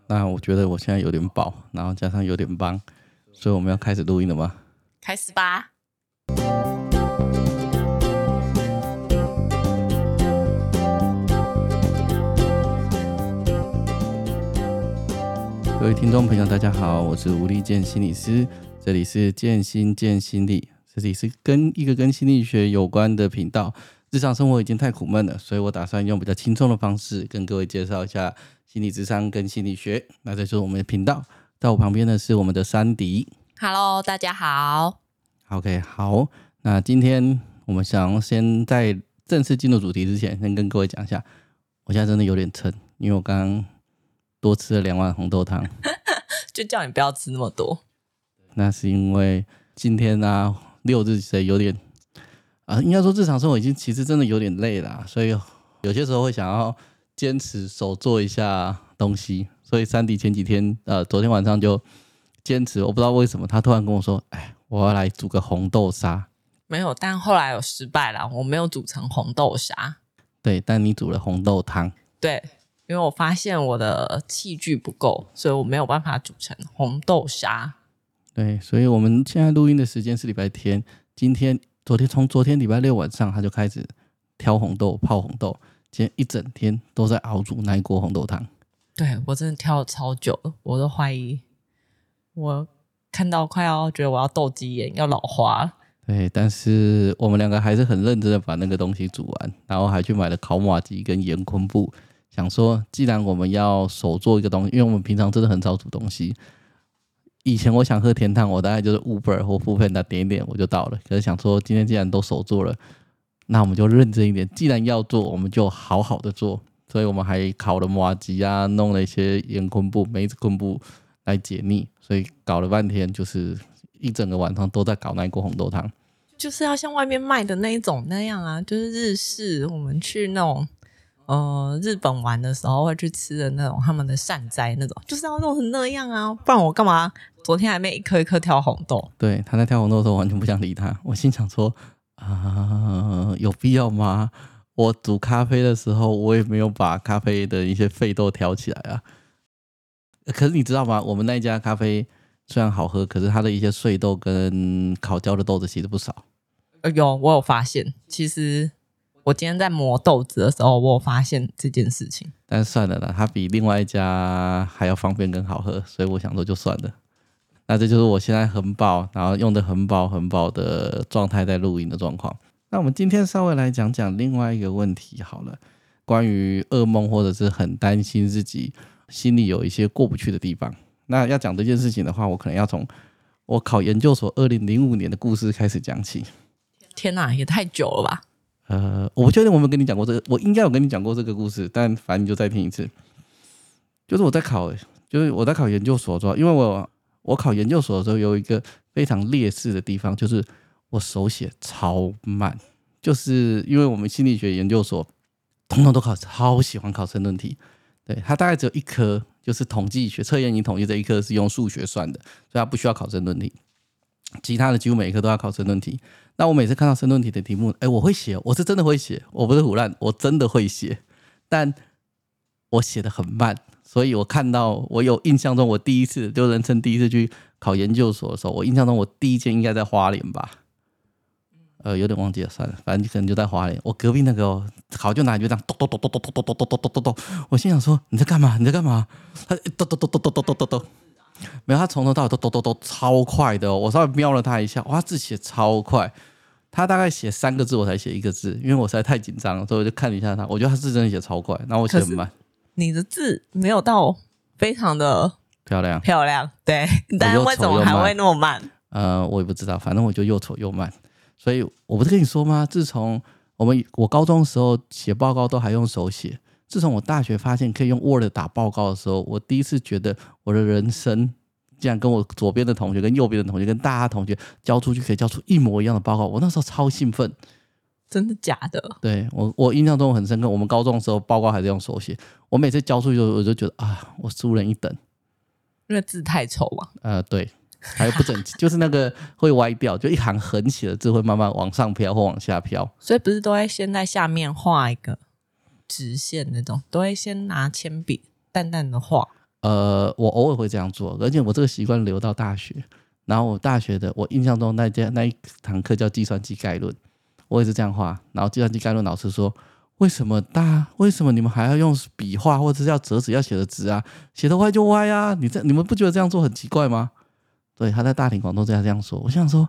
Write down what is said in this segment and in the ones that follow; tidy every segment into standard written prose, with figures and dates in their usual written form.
那我觉得我现在有点饱，然后加上有点忙，所以我们要开始录音了吗？ 开始吧。 各位听众朋友大家好，我是吴立健心理师，这里是健心健心理，这里是跟心理学有关的频道。日常生活已经太苦闷了，所以我打算用比较轻松的方式跟各位介绍一下心理咨商跟心理学。那这就是我们的频道，在我旁边的是我们的珊迪。 Hello， 大家好。 OK， 好，那今天我们想先在正式进入主题之前，先跟各位讲一下，我现在真的有点撑，因为我刚刚多吃了2碗红豆汤。 就叫你不要吃那么多。 那是因为今天啊6日其实有点应该说日常生活已经其实真的有点累啦，所以有些时候会想要坚持手做一下东西。所以珊迪前几天昨天晚上就坚持，我不知道为什么他突然跟我说，我要来煮个红豆沙。 没有，但后来有失败了，我没有煮成红豆沙。 对，但你煮了红豆汤。 对，因为我发现我的器具不够，所以我没有办法煮成红豆沙。 对，所以我们现在录音的时间是礼拜天，从昨天礼拜六晚上他就开始挑红豆泡红豆，今天一整天都在熬煮那一锅红豆汤。 对，我真的挑了超久了，我都怀疑我看到快要觉得我要斗鸡眼要老花了。 对，但是我们两个还是很认真的把那个东西煮完，然后还去买了烤麻糬跟盐昆布，想说既然我们要手做一个东西，因为我们平常真的很少煮东西。以前我想喝甜汤，我大概就是 Uber 或 Foodpanda 点一点我就到了，可是想说今天既然都手做了，那我们就认真一点，既然要做我们就好好的做。所以我们还烤了麻糬啊，弄了一些盐昆布梅子昆布来解腻，所以搞了半天，就是一整个晚上都在搞那一锅红豆汤。 就是要像外面卖的那一种那样啊，就是日式，我们去那种日本玩的时候会去吃的那种他们的善哉那种，就是要弄成那样啊，不然我干嘛昨天还没一颗一颗挑红豆。 对，他在挑红豆的时候完全不想理他，我心想说有必要吗？我煮咖啡的时候我也没有把咖啡的一些沸豆挑起来啊。可是你知道吗，我们那家咖啡虽然好喝，可是它的一些碎豆跟烤焦的豆子其实不少。 我有发现，其实我今天在磨豆子的时候我有发现这件事情。 但是算了啦，它比另外一家还要方便跟好喝，所以我想说就算了。那这就是我现在很饱，然后用的很饱的状态在录音的状况。那我们今天稍微来讲讲另外一个问题好了，关于噩梦或者是很担心自己心里有一些过不去的地方。那要讲这件事情的话，我可能要从我考研究所2005年的故事开始讲起。 天哪，也太久了吧。 我不确定我有没有跟你讲过这个，我应该有跟你讲过这个故事，但反正你就再听一次。就是我在考研究所的时候，因为我考研究所的时候有一个非常劣势的地方，就是我手写超慢。就是因为我们心理学研究所通通都超喜欢考申论题，对，它大概只有一科就是统计学测验与统计这一科是用数学算的，所以它不需要考申论题，其他的几乎每一科都要考申论题。那我每次看到申论题的题目，我会写，我是真的会写，我不是唬烂，我真的会写，但我写得很慢。所以我看到，我有印象中我第一次就人生第一次去考研究所的时候，我印象中我第一间应该在花莲吧，有点忘记了，算了，反正可能就在花莲。我隔壁那个考卷拿就这样咚咚咚咚咚咚咚咚咚咚咚咚，我心想说你在干嘛？你在干嘛？他咚咚咚咚咚咚咚咚咚，没有，他从头到尾都咚咚咚超快的哦。我稍微瞄了他一下，哇，他字写超快，他大概写3个字我才写1个字，因为我实在太紧张了，所以我就看了一下他，我觉得他字真的写超快，然后我写很慢。 你的字没有到非常的漂亮，对，但为什么还会那么慢？ 我也不知道，反正我就又丑又慢。所以我不是跟你说吗？自从我高中的时候写报告都还用手写，自从我大学发现可以用 Word 打报告的时候，我第一次觉得我的人生竟然跟我左边的同学、跟右边的同学、跟大家同学交出去可以交出一模一样的报告，我那时候超兴奋。 真的假的？对， 我印象中很深刻，我们高中的时候报告还是用手写，我每次交出去我就觉得我输人一等， 因为字太丑嘛。 对，还有不整齐，就是那个会歪掉，就一行横起的字会慢慢往上飘或往下飘。 所以不是都会先在下面画一个直线那种，都会先拿铅笔淡淡的画。 我偶尔会这样做，而且我这个习惯留到大学。然后我大学的，我印象中那一堂课叫计算机概论，我也是这样画。然后计算机概论老师说，为什么你们还要用笔画或者是要折纸要写的直啊？写的歪就歪啊！你们不觉得这样做很奇怪吗？对，他在大庭广众之下这样说。我想说，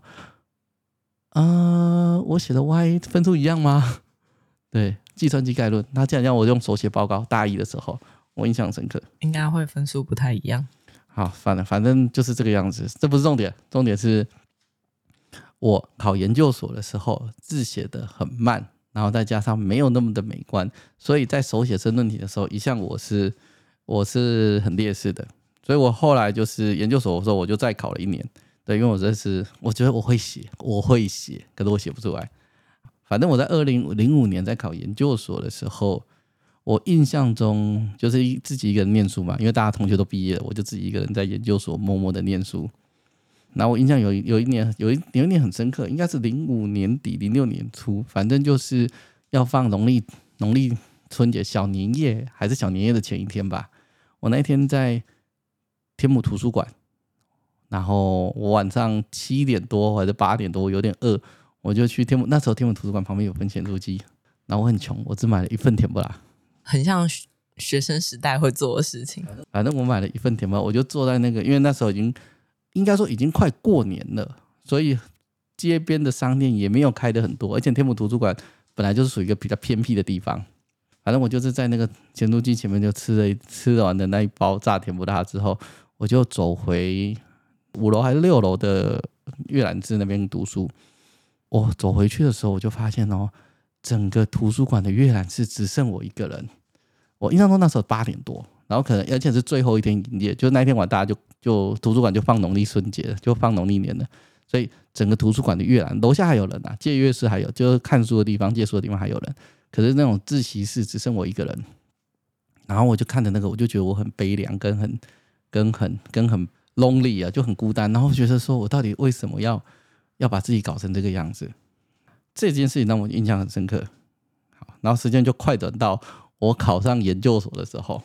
我写的歪分数一样吗？对，计算机概论，他竟然让我用手写报告，大一的时候，我印象深刻。 应该会分数不太一样。 好，反正就是这个样子，这不是重点，重点是我考研究所的时候字写的很慢，然后再加上没有那么的美观，所以在手写申论题的时候，一向我是很劣势的，所以我后来就是研究所的时候，我就再考了1年，对，因为我觉得我会写，可是我写不出来。反正我在2005年在考研究所的时候，我印象中就是自己一个人念书嘛，因为大家同学都毕业了，我就自己一个人在研究所默默的念书。然后我印象有一年很深刻，应该是05年底06年初，反正就是要放农历春节小年夜还是小年夜的前一天吧。我那一天在天母图书馆，然后我晚上7点多还是8点多，我有点饿，我就去那时候天母图书馆旁边有分咸酥鸡，然后我很穷，我只买了1份甜不辣。 很像学生时代会做的事情。 反正我买了1份甜不辣，我就坐在那个，因为那时候应该说已经快过年了，所以街边的商店也没有开的很多，而且天母图书馆本来就是属于一个比较偏僻的地方。反正我就是在那个咸酥鸡前面就吃完的那一包炸甜不辣之后，我就走回5楼还是6楼的阅览室那边读书。我走回去的时候，我就发现整个图书馆的阅览室只剩我一个人。我印象中那时候8点多，然后可能而且是最后一天营业，就那天晚大家就图书馆就放农历春节了，就放农历年了，所以整个图书馆的阅览楼下还有人啊，借阅室还有，就是看书的地方、借书的地方还有人，可是那种自习室只剩我一个人。然后我就看着那个，我就觉得我很悲凉，跟很 lonely 啊，就很孤单。然后觉得说我到底为什么要把自己搞成这个样子？这件事情让我印象很深刻。好，然后时间就快转到我考上研究所的时候，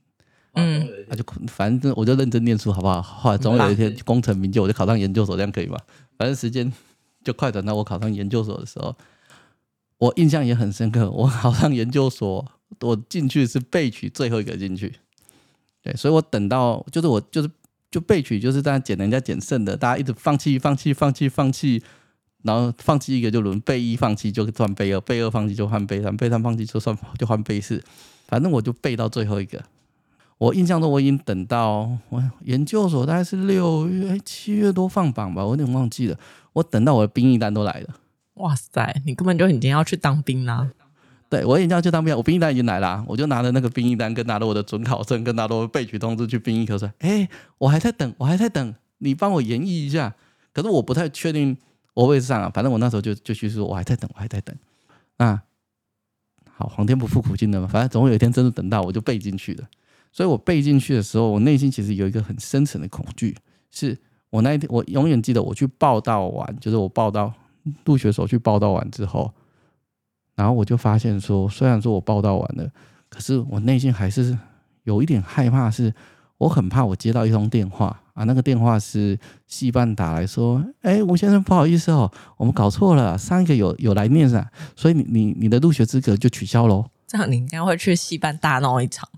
反正我就认真念书，好不好？后来总有一天功成名就，我就考上研究所，这样可以吗？反正时间就快转到我考上研究所的时候，我印象也很深刻。我考上研究所，我进去是备取最后一个进去，对，所以我等到就备取，就是大家捡人家捡剩的，大家一直放弃，然后放弃一个就轮备1放弃就算备2，备2放弃就换备3，备3放弃就换备4，反正我就备到最后一个。我印象中我已经等到我研究所大概是6月7月多放榜吧，我有点忘记了。我等到我的兵役单都来了。 哇塞，你根本就已经要去当兵啦！ 对，我已经要去当兵，我兵役单已经来了，我就拿了那个兵役单，跟拿了我的准考证，跟拿了我的备取通知去兵役科说，我还在等，你帮我延役一下。可是我不太确定我会上啊，反正我那时候就去说我还在等。那好，皇天不负苦心人嘛，反正总有一天真的等到，我就背进去了。所以我背进去的时候，我内心其实有一个很深层的恐惧，是我那一天我永远记得我去报到完，就是我报到入学手续报到完之后，然后我就发现说，虽然说我报到完了，可是我内心还是有一点害怕，是我很怕我接到一通电话啊，那个电话是系办打来说，吴先生不好意思我们搞错了，上一个有来念啊，所以你的入学资格就取消咯。 这样你应该会去系办大闹一场。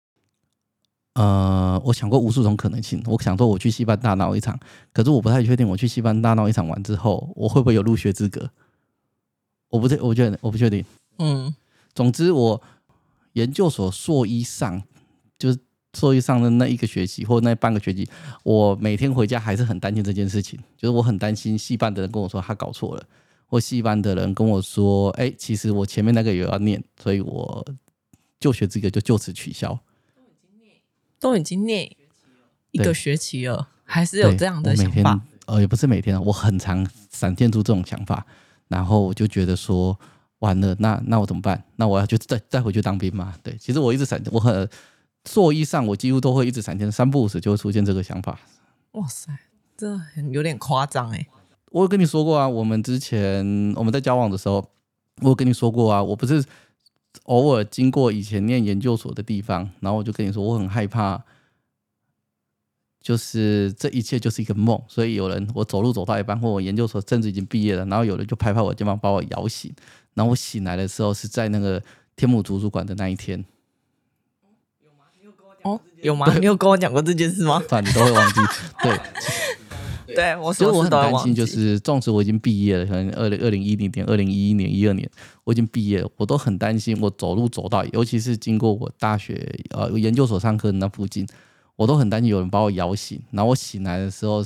我想过无数种可能性，我想说我去系办大闹一场，可是我不太确定我去系办大闹一场完之后，我会不会有入学资格？我不确定。总之我研究所硕一上，就是硕一上的那一个学期或那半个学期，我每天回家还是很担心这件事情，就是我很担心系办的人跟我说他搞错了，或系办的人跟我说，其实我前面那个有要念，所以我就学资格就此取消。 都已经念一个学期了，还是有这样的想法？ 也不是每天，我很常闪现出这种想法，然后我就觉得说，完了，那我怎么办？那我要就再回去当兵嘛？对，其实我一直我很硕一上，我几乎都会一直闪现，3不5时就会出现这个想法。 哇塞，这有点夸张我有跟你说过啊，我们在交往的时候，我有跟你说过啊，我不是偶尔经过以前念研究所的地方，然后我就跟你说，我很害怕就是这一切就是一个梦，所以有人我走路走到一半，或我研究所甚至已经毕业了，然后有人就拍拍我肩膀把我摇醒，然后我醒来的时候是在那个天母图书馆的那一天。 有吗？你有跟我讲过这件事吗？ 反正你都会忘记。 对，我所以我很担心， 都会忘记。 就是纵使我已经毕业了，可能2010年、2011年、12年，我已经毕业了，我都很担心，我走路走到，尤其是经过我大学研究所上课的那附近，我都很担心有人把我摇醒。然后我醒来的时候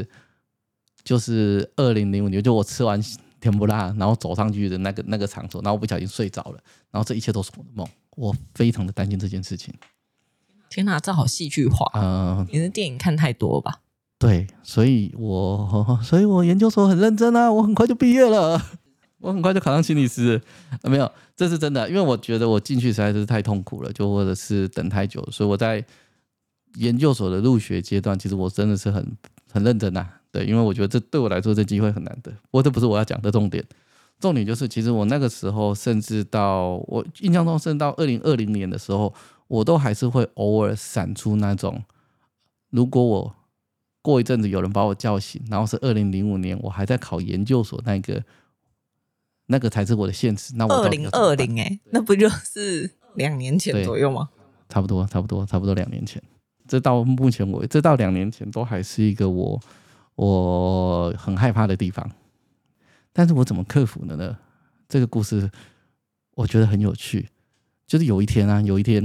就是2005年，就我吃完甜不辣，然后走上去的那个场所，然后我不小心睡着了，然后这一切都是我的梦，我非常的担心这件事情。 天哪，这好戏剧化！你是电影看太多吧？ 对，所以我研究所很认真啊，我很快就毕业了，我很快就考上心理师没有，这是真的，因为我觉得我进去实在是太痛苦了，就或者是等太久，所以我在研究所的入学阶段，其实我真的是很认真啊。对，因为我觉得这对我来说这机会很难得，不过这不是我要讲的重点。重点就是，其实我那个时候，甚至到我印象中，甚至到2020年的时候，我都还是会偶尔闪出那种，如果我过一阵子有人把我叫醒，然后是2005年，我还在考研究所，那个才是我的现实。那我 2020那不就是2年前左右吗？ 差不多2年前。这到目前为止，这到2年前都还是一个我很害怕的地方。但是我怎么克服的呢？这个故事我觉得很有趣。就是有一天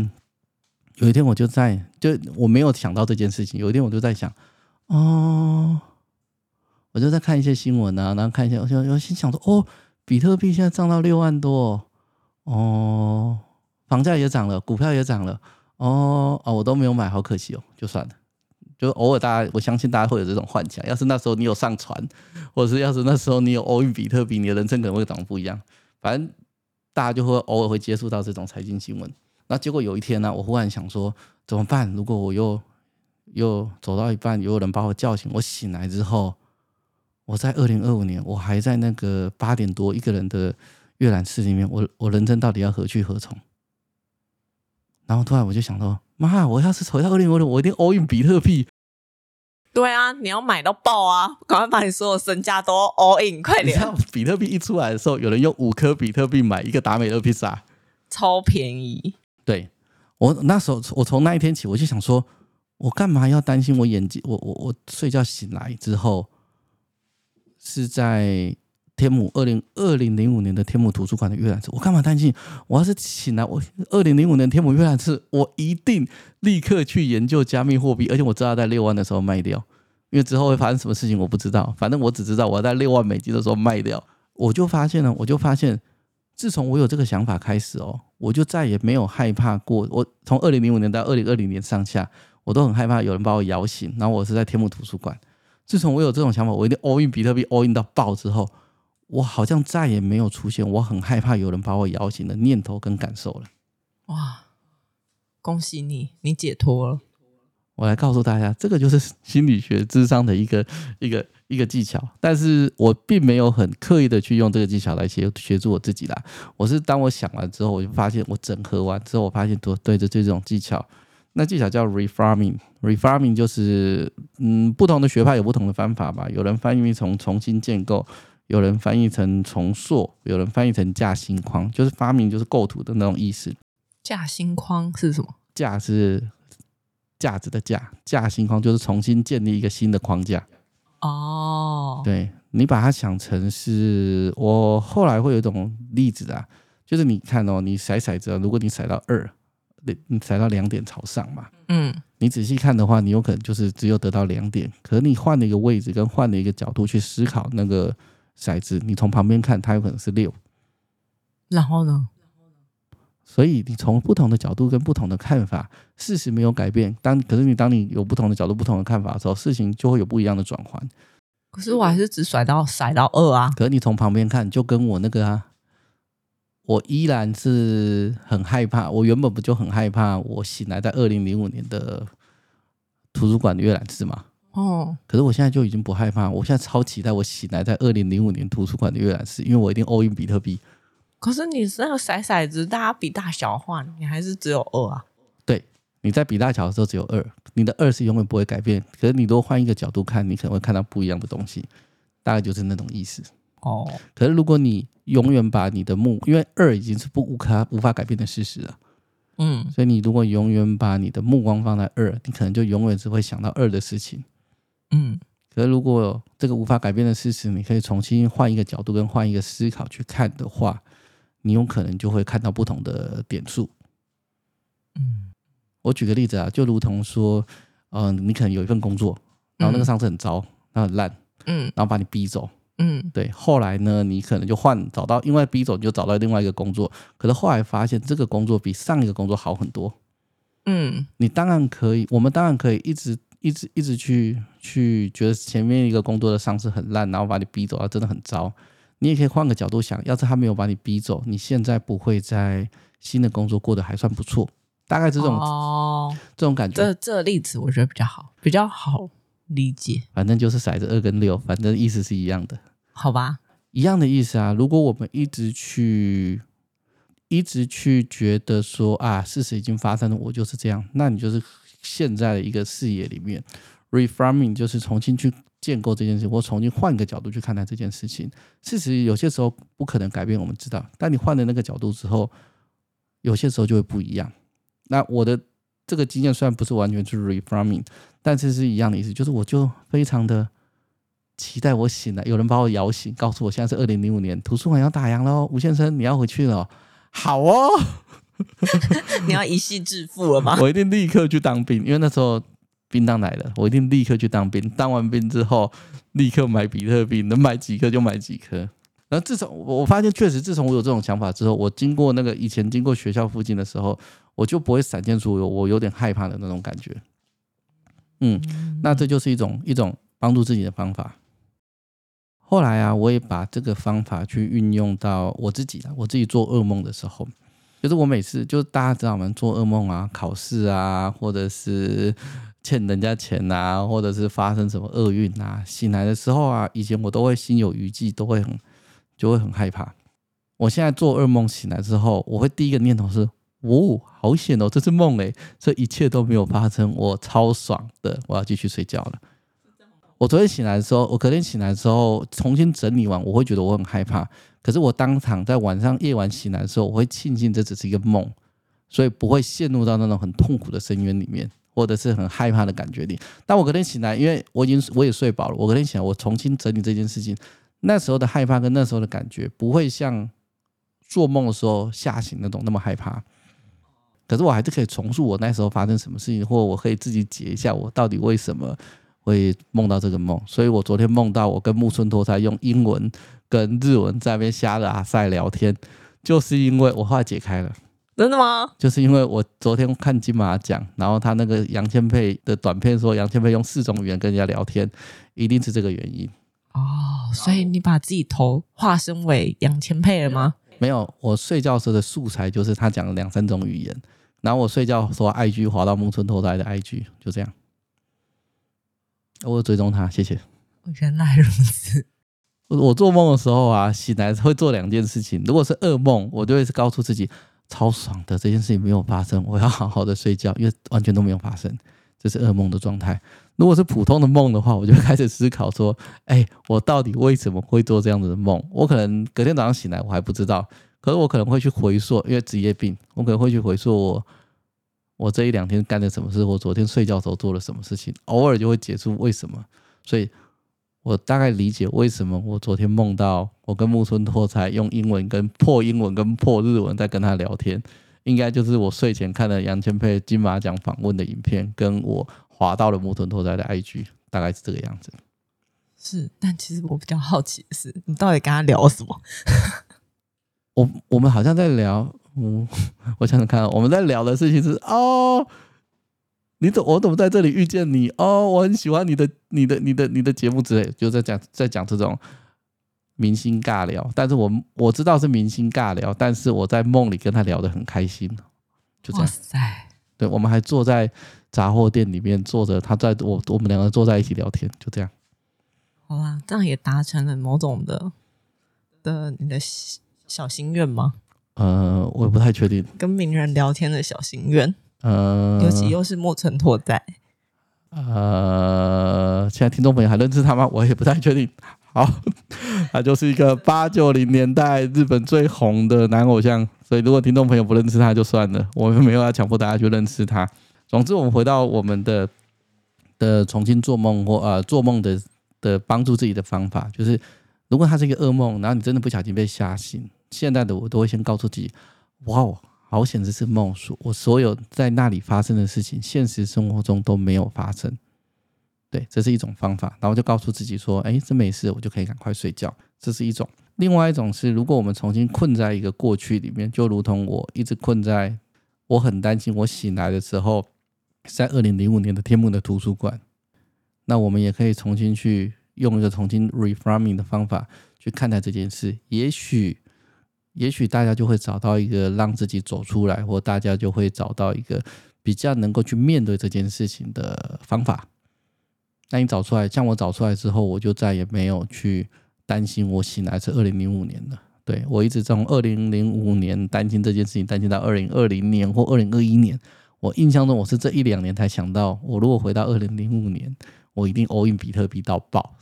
我没有想到这件事情。有一天我就在想，我就在看一些新闻啊，然后看一下，我心想说，比特币现在涨到6万多，房价也涨了，股票也涨了，我都没有买，好可惜哦，就算了。就偶尔我相信大家会有这种幻想，要是那时候你有上船，或者是要是那时候你有all in比特币，你的人生可能会长得不一样。反正大家就会偶尔会接触到这种财经新闻。那结果有一天呢，我忽然想说怎么办？如果我又走到一半，有人把我叫醒，我醒来之后，我在2025年，我还在那个8点多一个人的阅览室里面，我人生到底要何去何从？然后突然我就想到，妈，我要是回到2025年，我一定 all in 比特币。 对啊，你要买到爆啊！赶快把你所有身家都 all in， 快点！ 你知道比特币一出来的时候，有人用5颗比特币买一个达美乐披萨， 超便宜。 对，我那时候，我从那一天起，我就想说，我干嘛要担心我眼睛？我睡觉醒来之后，是在天母2005年的天母图书馆的阅览室，我干嘛担心？我要是醒来，我2005年天母阅览室，我一定立刻去研究加密货币，而且我知道在6万的时候卖掉，因为之后会发生什么事情我不知道，反正我只知道我要在6万美金的时候卖掉。我就发现，自从我有这个想法开始我就再也没有害怕过。我从2005年到2020年上下，我都很害怕有人把我摇醒，然后我是在天母图书馆。自从我有这种想法，我一定 all in 比特币 all in 到爆之后，我好像再也没有出现我很害怕有人把我摇醒的念头跟感受了。 哇，恭喜你，你解脱了。 我来告诉大家，这个就是心理学諮商的一个技巧，但是我并没有很刻意的去用这个技巧来协助我自己啦。我是当我想完之后，我就发现我整合完之后，我发现对着这种技巧，那技巧叫 reframing 就是不同的学派有不同的方法吧。有人翻译成重新建构，有人翻译成重塑，有人翻译成架新框，就是发明就是构图的那种意思。 架新框是什么？ 架是架子的架，架新框就是重新建立一个新的框架。对，你把它想成是，我后来会有一种例子啊，就是你看你骰骰子，如果你骰到2，你骰到2点朝上嘛，你仔细看的话，你有可能就是只有得到2点，可是你换了一个位置跟换了一个角度去思考那个骰子，你从旁边看它有可能是6， 然后呢？ 所以你从不同的角度跟不同的看法，事实没有改变，可是当你有不同的角度不同的看法的时候，事情就会有不一样的转换。 可是我还是只骰到2啊。 可是你从旁边看，就跟我那个啊，我依然是很害怕。我原本不就很害怕我醒来在2005年的图书馆的阅览室嘛？可是我现在就已经不害怕，我现在超期待我醒来在2005年图书馆的阅览室，因为我一定 all in 比特币。 可是你那个骰骰子，大家比大小换，你还是只有2啊？ 对， 你在比大小的时候只有2，你的2是永远不会改变。可是你如果换一个角度看，你可能会看到不一样的东西，大概就是那种意思。可是如果你永远把你的因为2已经是无法改变的事实了，所以你如果永远把你的目光放在2，你可能就永远只会想到2的事情。可是如果这个无法改变的事实，你可以重新换一个角度跟换一个思考去看的话，你有可能就会看到不同的点数。我举个例子啊，就如同说，你可能有一份工作，然后那个上司很糟，他很烂，然后把你逼走，对。后来呢，你可能就找到，因为逼走你就找到另外一个工作，可是后来发现这个工作比上一个工作好很多，我们当然可以一直去觉得前面一个工作的上司很烂，然后把你逼走，他真的很糟。你也可以换个角度想，要是他没有把你逼走，你现在不会在新的工作过得还算不错。大概这种感觉。 这个例子我觉得比较好理解。 反正就是骰子2跟6，反正意思是一样的。 好吧， 一样的意思啊。如果我们一直去觉得说啊，事实已经发生了，我就是这样，那你就是现在的一个视野里面 reframing， 就是重新去建构这件事，或重新换一个角度去看待这件事情。事实有些时候不可能改变，我们知道，但你换了那个角度之后，有些时候就会不一样。那我的这个经验虽然不是完全是 reframing， 但是是一样的意思，就是我就非常的期待我醒来，有人把我摇醒，告诉我现在是2005年，图书馆要打烊了，吴先生你要回去了。好哦， 你要一夕致富了吗？ 我一定立刻去当兵，因为那时候兵当来了，我一定立刻去当兵。当完兵之后，立刻买比特币，能买几颗就买几颗。然后自从我发现，确实自从我有这种想法之后，我经过以前经过学校附近的时候，我就不会闪现出我有点害怕的那种感觉。那这就是一种帮助自己的方法。后来啊，我也把这个方法去运用到我自己做噩梦的时候，就是我每次就是大家知道我们做噩梦啊，考试啊，或者是欠人家钱啊，或者是发生什么厄运啊，醒来的时候啊，以前我都会心有余悸，就会很害怕。我现在做噩梦醒来之后，我会第一个念头是，好险哦，这是梦诶，这一切都没有发生，我超爽的，我要继续睡觉了。我昨天醒来的时候，我隔天醒来的时候重新整理完，我会觉得我很害怕。可是我当场在夜晚醒来的时候，我会庆幸这只是一个梦，所以不会陷入到那种很痛苦的深渊里面，或者是很害怕的感觉里。但我隔天醒来，因为我也睡饱了，我隔天醒来，我重新整理这件事情，那时候的害怕跟那时候的感觉不会像做梦的时候吓醒那么害怕。可是我还是可以重述我那时候发生什么事情，或我可以自己解一下我到底为什么会梦到这个梦。所以我昨天梦到我跟木村拓哉用英文跟日文在那边瞎拉赛聊天，就是因为我后来解开了。 真的吗？ 就是因为我昨天看金马奖，然后他那个杨千霈的短片说杨千霈用4种语言跟人家聊天，一定是这个原因。 所以你把自己头化身为杨千霈了吗？ 没有，我睡觉时候的素材就是他讲了2-3种语言，然后我睡觉说 IG 滑到木村拓哉的 IG， 就这样。我有追踪他，谢谢。 原来如此。 我做梦的时候啊，醒来会做2件事情。如果是噩梦，我就会告诉自己超爽的，这件事情没有发生，我要好好的睡觉，因为完全都没有发生，这是噩梦的状态。如果是普通的梦的话，我就开始思考说，我到底为什么会做这样子的梦？我可能隔天早上醒来我还不知道，可是我可能会去回溯，因为职业病，我可能会去回溯我这1-2天干了什么事，我昨天睡觉的时候做了什么事情，偶尔就会解出为什么。所以我大概理解为什么我昨天梦到我跟木村拓哉用英文跟破日文在跟他聊天，应该就是我睡前看了杨千霈金马奖访问的影片，跟我滑到了木村拓哉的 IG， 大概是这个样子。 是，但其实我比较好奇的是，你到底跟他聊什么？ 我们好像在聊，我想想看，我们在聊的事情是我怎么在这里遇见你？我很喜欢你的节目之类，就在讲这种明星尬聊。但是我知道是明星尬聊，但是我在梦里跟他聊得很开心，就这样。 哇塞！ 对，我们还坐在杂货店里面坐着，我们2个坐在一起聊天，就这样。 好啦，这样也达成了某种的你的小心愿吗？ 我也不太确定。 跟名人聊天的小心愿。 尤其又是木村拓哉。 现在听众朋友还认识他吗？我也不太确定。好，他就是一个8、90年代日本最红的男偶像，所以如果听众朋友不认识他就算了，我们没有要强迫大家去认识他。总之，我们回到我们的重新做梦或做梦的帮助自己的方法，就是如果它是一个噩梦，然后你真的不小心被吓醒，现在的我都会先告诉自己，哇，好险这是梦，我所有在那里发生的事情，现实生活中都没有发生。对，这是一种方法，然后就告诉自己说，这没事，我就可以赶快睡觉，这是一种。另外一种是，如果我们重新困在一个过去里面，就如同我一直困在，我很担心我醒来的时候在2005年的天幕的图书馆，那我们也可以重新去用一个重新 reframing 的方法去看待这件事，也许大家就会找到一个让自己走出来，或大家就会找到一个比较能够去面对这件事情的方法。那你找出来，像我找出来之后，我就再也没有去担心我醒来是2005年了。对，我一直从2005年担心这件事情，担心到2020年或2021年。我印象中我是这1-2年才想到，我如果回到2005年，我一定 all in 比特币到爆。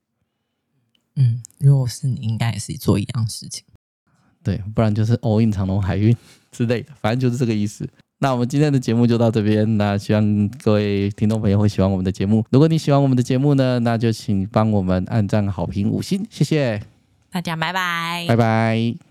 如果是你，应该也是做一样事情。 对，不然就是 all in长荣海运之类的，反正就是这个意思。那我们今天的节目就到这边，那希望各位听众朋友会喜欢我们的节目。如果你喜欢我们的节目呢，那就请帮我们按赞、好评、5星，谢谢大家拜拜， 拜拜。